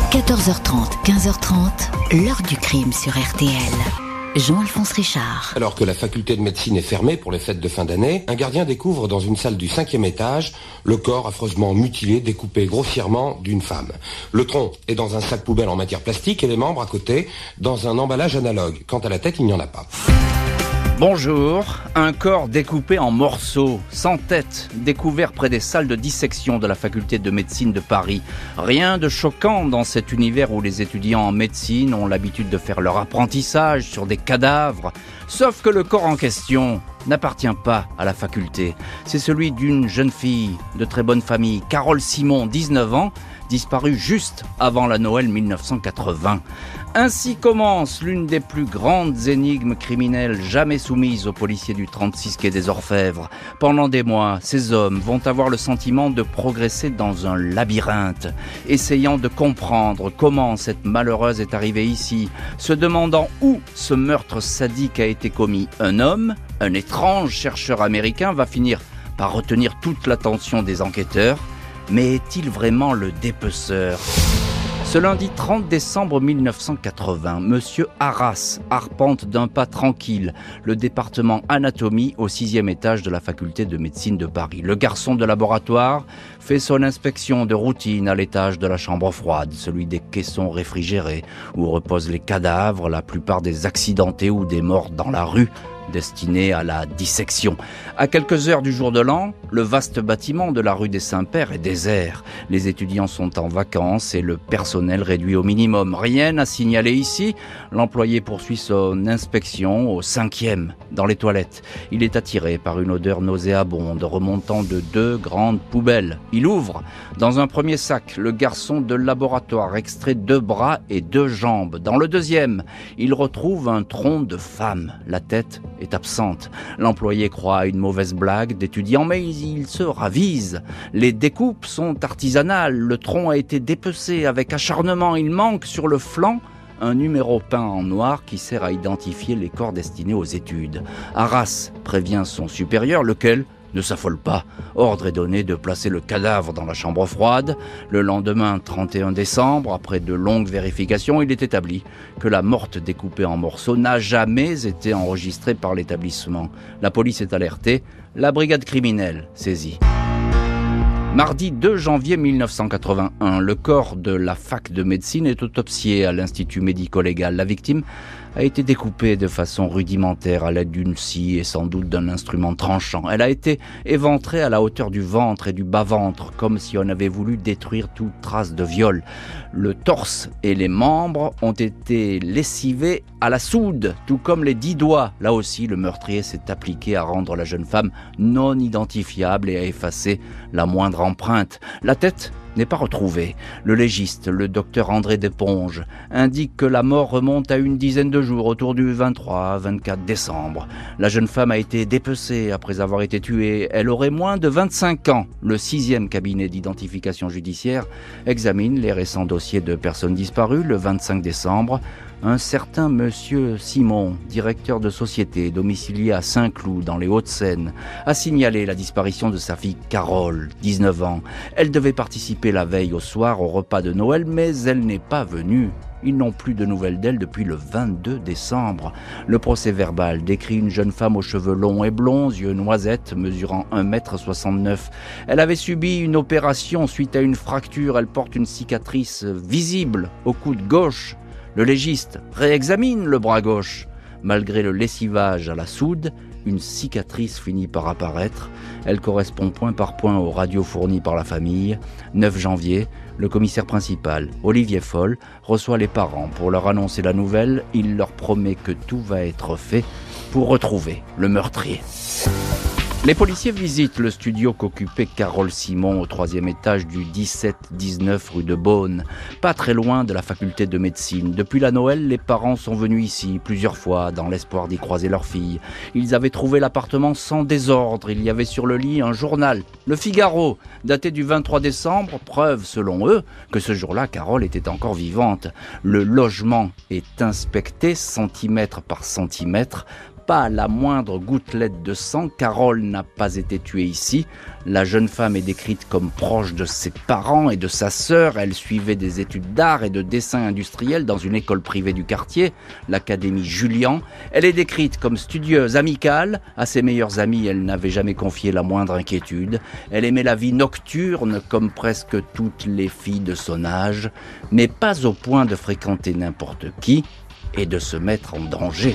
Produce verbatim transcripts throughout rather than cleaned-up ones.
quatorze heures trente, quinze heures trente, l'heure du crime sur R T L. Jean-Alphonse Richard. Alors que la faculté de médecine est fermée pour les fêtes de fin d'année, un gardien découvre dans une salle du cinquième étage le corps affreusement mutilé, découpé grossièrement d'une femme. Le tronc est dans un sac poubelle en matière plastique et les membres à côté dans un emballage analogue. Quant à la tête, il n'y en a pas. Bonjour, un corps découpé en morceaux, sans tête, découvert près des salles de dissection de la faculté de médecine de Paris. Rien de choquant dans cet univers où les étudiants en médecine ont l'habitude de faire leur apprentissage sur des cadavres. Sauf que le corps en question n'appartient pas à la faculté. C'est celui d'une jeune fille de très bonne famille, Carole Simon, dix-neuf ans, disparue juste avant la Noël mille neuf cent quatre-vingts. Ainsi commence l'une des plus grandes énigmes criminelles jamais soumises aux policiers du trente-six quai des Orfèvres. Pendant des mois, ces hommes vont avoir le sentiment de progresser dans un labyrinthe, essayant de comprendre comment cette malheureuse est arrivée ici, se demandant où ce meurtre sadique a été commis. Un homme, un étrange chercheur américain, va finir par retenir toute l'attention des enquêteurs. Mais est-il vraiment le dépeceur ? Ce lundi trente décembre mille neuf cent quatre-vingts, Monsieur Arras arpente d'un pas tranquille le département anatomie au sixième étage de la faculté de médecine de Paris. Le garçon de laboratoire fait son inspection de routine à l'étage de la chambre froide, celui des caissons réfrigérés, où reposent les cadavres, la plupart des accidentés ou des morts dans la rue, destinés à la dissection. À quelques heures du jour de l'an, le vaste bâtiment de la rue des Saints-Pères est désert. Les étudiants sont en vacances et le personnel réduit au minimum. Rien à signaler ici. L'employé poursuit son inspection au cinquième, dans les toilettes. Il est attiré par une odeur nauséabonde remontant de deux grandes poubelles. Il ouvre. Dans un premier sac, le garçon de laboratoire extrait deux bras et deux jambes. Dans le deuxième, il retrouve un tronc de femme. La tête est absente. L'employé croit à une mauvaise blague d'étudiant, mais il se ravise. Les découpes sont artisanales. Le tronc a été dépecé avec acharnement. Il manque sur le flanc un numéro peint en noir qui sert à identifier les corps destinés aux études. Arras prévient son supérieur, lequel ne s'affole pas. Ordre est donné de placer le cadavre dans la chambre froide. Le lendemain, trente et un décembre, après de longues vérifications, il est établi que la morte découpée en morceaux n'a jamais été enregistrée par l'établissement. La police est alertée, la brigade criminelle saisie. Mardi deux janvier mille neuf cent quatre-vingt-un, le corps de la fac de médecine est autopsié à l'Institut médico-légal. La victime a été découpée de façon rudimentaire à l'aide d'une scie et sans doute d'un instrument tranchant. Elle a été éventrée à la hauteur du ventre et du bas-ventre, comme si on avait voulu détruire toute trace de viol. Le torse et les membres ont été lessivés à la soude, tout comme les dix doigts. Là aussi, le meurtrier s'est appliqué à rendre la jeune femme non identifiable et à effacer la moindre empreinte. La tête n'est pas retrouvée. Le légiste, le docteur André Desponges, indique que la mort remonte à une dizaine de jours, autour du vingt-trois à vingt-quatre décembre. La jeune femme a été dépecée après avoir été tuée. Elle aurait moins de vingt-cinq ans. Le sixième cabinet d'identification judiciaire examine les récents dossiers de personnes disparues. Le vingt-cinq décembre, un certain monsieur Simon, directeur de société domicilié à Saint-Cloud dans les Hauts-de-Seine, a signalé la disparition de sa fille Carole, dix-neuf ans. Elle devait participer la veille au soir au repas de Noël, mais elle n'est pas venue. Ils n'ont plus de nouvelles d'elle depuis le vingt-deux décembre. Le procès-verbal décrit une jeune femme aux cheveux longs et blonds, yeux noisettes, mesurant un mètre soixante-neuf. Elle avait subi une opération suite à une fracture. Elle porte une cicatrice visible au coude gauche. Le légiste réexamine le bras gauche. Malgré le lessivage à la soude, une cicatrice finit par apparaître. Elle correspond point par point aux radios fournies par la famille. neuf janvier, le commissaire principal, Olivier Foll, reçoit les parents pour leur annoncer la nouvelle. Il leur promet que tout va être fait pour retrouver le meurtrier. Les policiers visitent le studio qu'occupait Carole Simon au troisième étage du dix-sept dix-neuf rue de Beaune, pas très loin de la faculté de médecine. Depuis la Noël, les parents sont venus ici plusieurs fois dans l'espoir d'y croiser leur fille. Ils avaient trouvé l'appartement sans désordre. Il y avait sur le lit un journal, Le Figaro, daté du vingt-trois décembre, preuve selon eux que ce jour-là, Carole était encore vivante. Le logement est inspecté centimètre par centimètre. Pas la moindre gouttelette de sang, Carole n'a pas été tuée ici. La jeune femme est décrite comme proche de ses parents et de sa sœur. Elle suivait des études d'art et de dessin industriel dans une école privée du quartier, l'Académie Julian. Elle est décrite comme studieuse, amicale. À ses meilleurs amis, elle n'avait jamais confié la moindre inquiétude. Elle aimait la vie nocturne comme presque toutes les filles de son âge, mais pas au point de fréquenter n'importe qui et de se mettre en danger.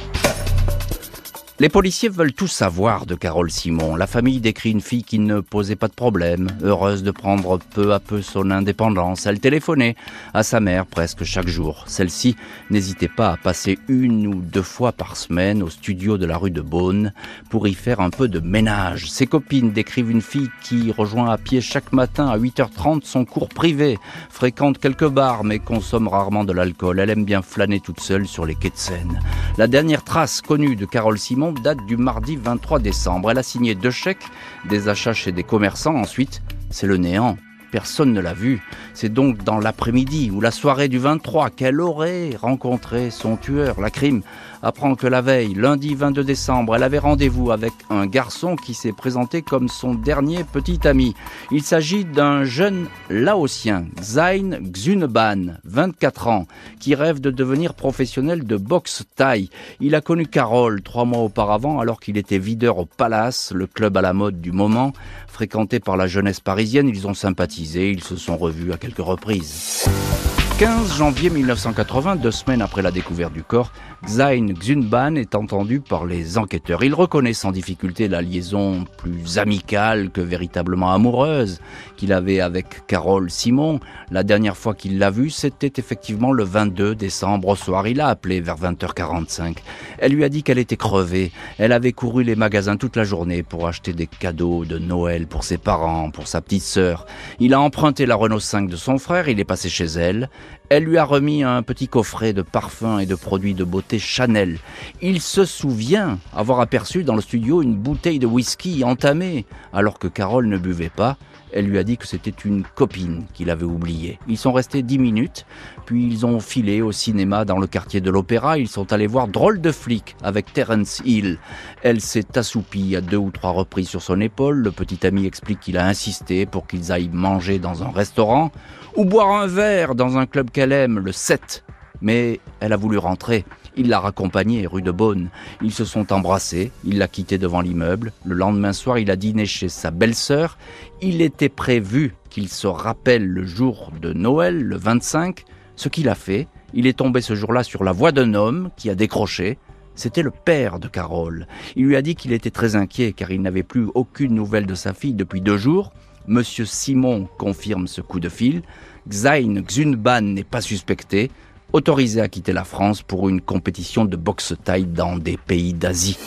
Les policiers veulent tout savoir de Carole Simon. La famille décrit une fille qui ne posait pas de problème, heureuse de prendre peu à peu son indépendance. Elle téléphonait à sa mère presque chaque jour. Celle-ci n'hésitait pas à passer une ou deux fois par semaine au studio de la rue de Beaune pour y faire un peu de ménage. Ses copines décrivent une fille qui rejoint à pied chaque matin à huit heures trente son cours privé, fréquente quelques bars mais consomme rarement de l'alcool. Elle aime bien flâner toute seule sur les quais de Seine. La dernière trace connue de Carole Simon date du mardi vingt-trois décembre. Elle a signé deux chèques, des achats chez des commerçants. Ensuite, c'est le néant. Personne ne l'a vue. C'est donc dans l'après-midi ou la soirée du vingt-trois qu'elle aurait rencontré son tueur. La crime apprend que la veille, lundi vingt-deux décembre, elle avait rendez-vous avec un garçon qui s'est présenté comme son dernier petit ami. Il s'agit d'un jeune Laotien, Zayn Xunban, vingt-quatre ans, qui rêve de devenir professionnel de boxe thaï. Il a connu Carole trois mois auparavant alors qu'il était videur au Palace, le club à la mode du moment. Fréquenté par la jeunesse parisienne, ils ont sympathisé, ils se sont revus à quelques reprises. quinze janvier mille neuf cent quatre-vingts, deux semaines après la découverte du corps, Zayn Xunban est entendu par les enquêteurs. Il reconnaît sans difficulté la liaison plus amicale que véritablement amoureuse qu'il avait avec Carole Simon. La dernière fois qu'il l'a vue, c'était effectivement le vingt-deux décembre au soir. Il a appelé vers vingt heures quarante-cinq. Elle lui a dit qu'elle était crevée. Elle avait couru les magasins toute la journée pour acheter des cadeaux de Noël pour ses parents, pour sa petite sœur. Il a emprunté la Renault cinq de son frère, il est passé chez elle. Elle lui a remis un petit coffret de parfums et de produits de beauté Chanel. Il se souvient avoir aperçu dans le studio une bouteille de whisky entamée. Alors que Carole ne buvait pas, elle lui a dit que c'était une copine qu'il avait oubliée. Ils sont restés dix minutes, puis ils ont filé au cinéma dans le quartier de l'Opéra. Ils sont allés voir Drôle de flic avec Terence Hill. Elle s'est assoupie à deux ou trois reprises sur son épaule. Le petit ami explique qu'il a insisté pour qu'ils aillent manger dans un restaurant ou boire un verre dans un club qu'elle aime, le sept. Mais elle a voulu rentrer. Il l'a raccompagnée rue de Beaune. Ils se sont embrassés, il l'a quittée devant l'immeuble. Le lendemain soir, il a dîné chez sa belle-sœur. Il était prévu qu'il se rappelle le jour de Noël, le vingt-cinq. Ce qu'il a fait, il est tombé ce jour-là sur la voix d'un homme qui a décroché. C'était le père de Carole. Il lui a dit qu'il était très inquiet car il n'avait plus aucune nouvelle de sa fille depuis deux jours. Monsieur Simon confirme ce coup de fil. Zayn Xunban n'est pas suspecté, autorisé à quitter la France pour une compétition de boxe thaï dans des pays d'Asie.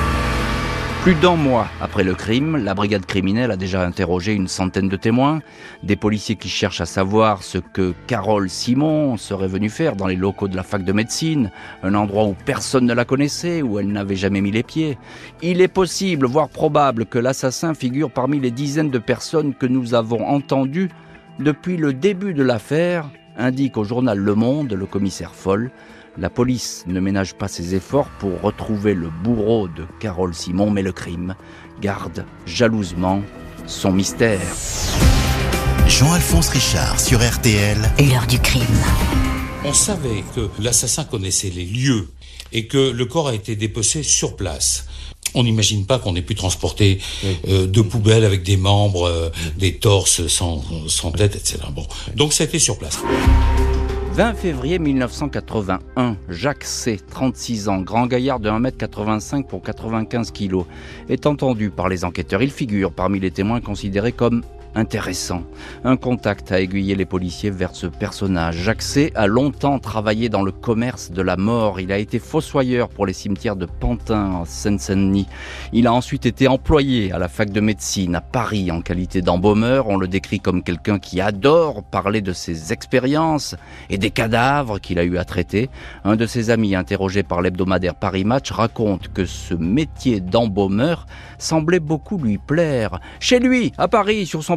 Plus d'un mois après le crime, la brigade criminelle a déjà interrogé une centaine de témoins, des policiers qui cherchent à savoir ce que Carole Simon serait venue faire dans les locaux de la fac de médecine, un endroit où personne ne la connaissait, où elle n'avait jamais mis les pieds. Il est possible, voire probable, que l'assassin figure parmi les dizaines de personnes que nous avons entendues depuis le début de l'affaire, indique au journal Le Monde le commissaire Foll. La police ne ménage pas ses efforts pour retrouver le bourreau de Carole Simon, mais le crime garde jalousement son mystère. Jean-Alphonse Richard sur R T L. L'heure du crime. On savait que l'assassin connaissait les lieux et que le corps a été dépecé sur place. On n'imagine pas qu'on ait pu transporter euh, deux poubelles avec des membres, euh, des torses sans, sans tête, et cetera. Bon, donc ça a été sur place. vingt février mille neuf cent quatre-vingt-un, Jacques C, trente-six ans, grand gaillard de un mètre quatre-vingt-cinq pour quatre-vingt-quinze kilos, est entendu par les enquêteurs. Il figure parmi les témoins considérés comme intéressant. Un contact a aiguillé les policiers vers ce personnage. Jacques C a longtemps travaillé dans le commerce de la mort. Il a été fossoyeur pour les cimetières de Pantin, en Seine-Saint-Denis. Il a ensuite été employé à la fac de médecine à Paris en qualité d'embaumeur. On le décrit comme quelqu'un qui adore parler de ses expériences et des cadavres qu'il a eu à traiter. Un de ses amis, interrogé par l'hebdomadaire Paris Match, raconte que ce métier d'embaumeur semblait beaucoup lui plaire. Chez lui, à Paris, sur son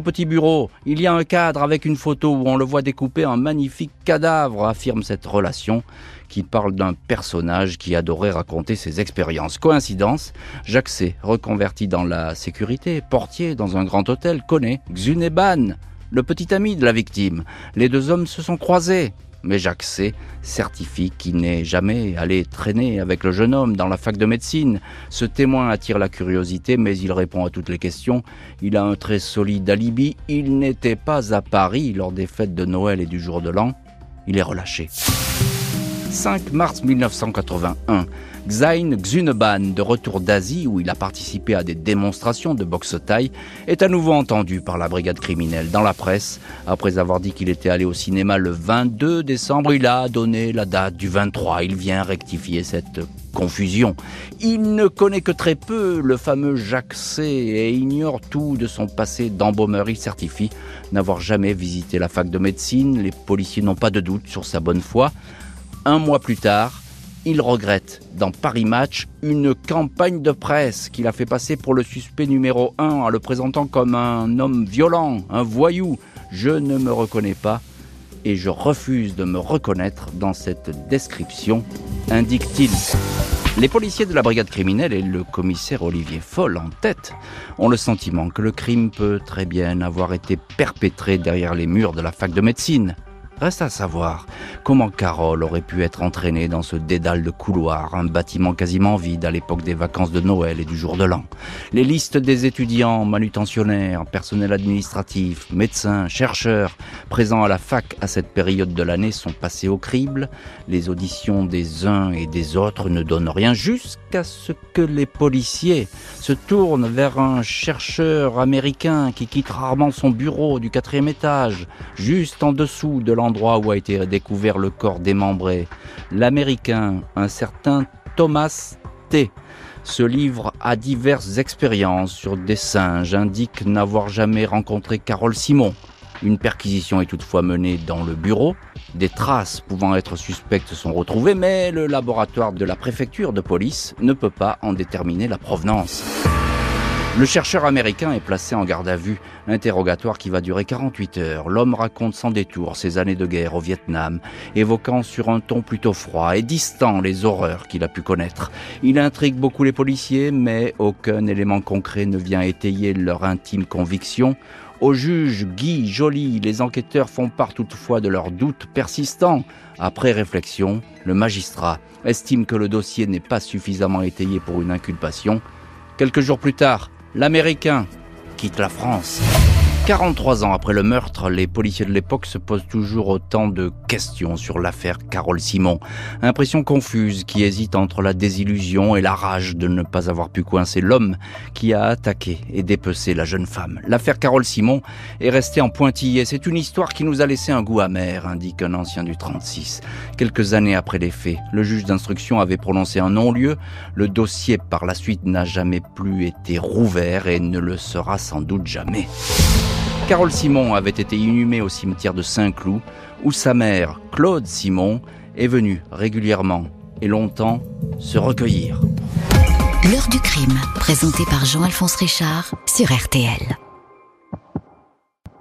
petit bureau, il y a un cadre avec une photo où on le voit découper un magnifique cadavre, affirme cette relation qui parle d'un personnage qui adorait raconter ses expériences. Coïncidence, Jacques C., reconverti dans la sécurité, portier dans un grand hôtel, connaît Xuneban, le petit ami de la victime. Les deux hommes se sont croisés. Mais Jacques C. certifie qu'il n'est jamais allé traîner avec le jeune homme dans la fac de médecine. Ce témoin attire la curiosité, mais il répond à toutes les questions. Il a un très solide alibi. Il n'était pas à Paris lors des fêtes de Noël et du jour de l'an. Il est relâché. cinq mars mille neuf cent quatre-vingt-un, Xian Xuneban, de retour d'Asie où il a participé à des démonstrations de boxe thaï, est à nouveau entendu par la brigade criminelle. Dans la presse, après avoir dit qu'il était allé au cinéma le vingt-deux décembre, il a donné la date du vingt-trois. Il vient rectifier cette confusion. Il ne connaît que très peu le fameux Jacques C. et ignore tout de son passé d'embaumeur. Il certifie n'avoir jamais visité la fac de médecine. Les policiers n'ont pas de doute sur sa bonne foi. Un mois plus tard, il regrette dans Paris Match une campagne de presse qu'il a fait passer pour le suspect numéro un en le présentant comme un homme violent, un voyou. Je ne me reconnais pas et je refuse de me reconnaître dans cette description, indique-t-il. Les policiers de la brigade criminelle et le commissaire Olivier Foll en tête ont le sentiment que le crime peut très bien avoir été perpétré derrière les murs de la fac de médecine. Reste à savoir comment Carole aurait pu être entraînée dans ce dédale de couloirs, un bâtiment quasiment vide à l'époque des vacances de Noël et du jour de l'an. Les listes des étudiants, manutentionnaires, personnel administratif, médecins, chercheurs présents à la fac à cette période de l'année sont passés au crible. Les auditions des uns et des autres ne donnent rien jusqu'à ce que les policiers se tournent vers un chercheur américain qui quitte rarement son bureau du quatrième étage, juste en dessous de l'endroit où a été découvert le corps démembré. L'Américain, un certain Thomas T., se livre à diverses expériences sur des singes, indique n'avoir jamais rencontré Carole Simon. Une perquisition est toutefois menée dans le bureau. Des traces pouvant être suspectes sont retrouvées, mais le laboratoire de la préfecture de police ne peut pas en déterminer la provenance. Le chercheur américain est placé en garde à vue, interrogatoire qui va durer quarante-huit heures. L'homme raconte sans détour ses années de guerre au Vietnam, évoquant sur un ton plutôt froid et distant les horreurs qu'il a pu connaître. Il intrigue beaucoup les policiers, mais aucun élément concret ne vient étayer leur intime conviction. Au juge Guy Joly, les enquêteurs font part toutefois de leurs doutes persistants. Après réflexion, le magistrat estime que le dossier n'est pas suffisamment étayé pour une inculpation. Quelques jours plus tard, l'Américain quitte la France. quarante-trois ans après le meurtre, les policiers de l'époque se posent toujours autant de questions sur l'affaire Carole Simon. Impression confuse qui hésite entre la désillusion et la rage de ne pas avoir pu coincer l'homme qui a attaqué et dépecé la jeune femme. L'affaire Carole Simon est restée en pointillé. C'est une histoire qui nous a laissé un goût amer, indique un ancien du trente-six. Quelques années après les faits, le juge d'instruction avait prononcé un non-lieu. Le dossier par la suite n'a jamais plus été rouvert et ne le sera sans doute jamais. Carole Simon avait été inhumée au cimetière de Saint-Cloud, où sa mère, Claude Simon, est venue régulièrement et longtemps se recueillir. L'heure du crime, présenté par Jean-Alphonse Richard sur R T L.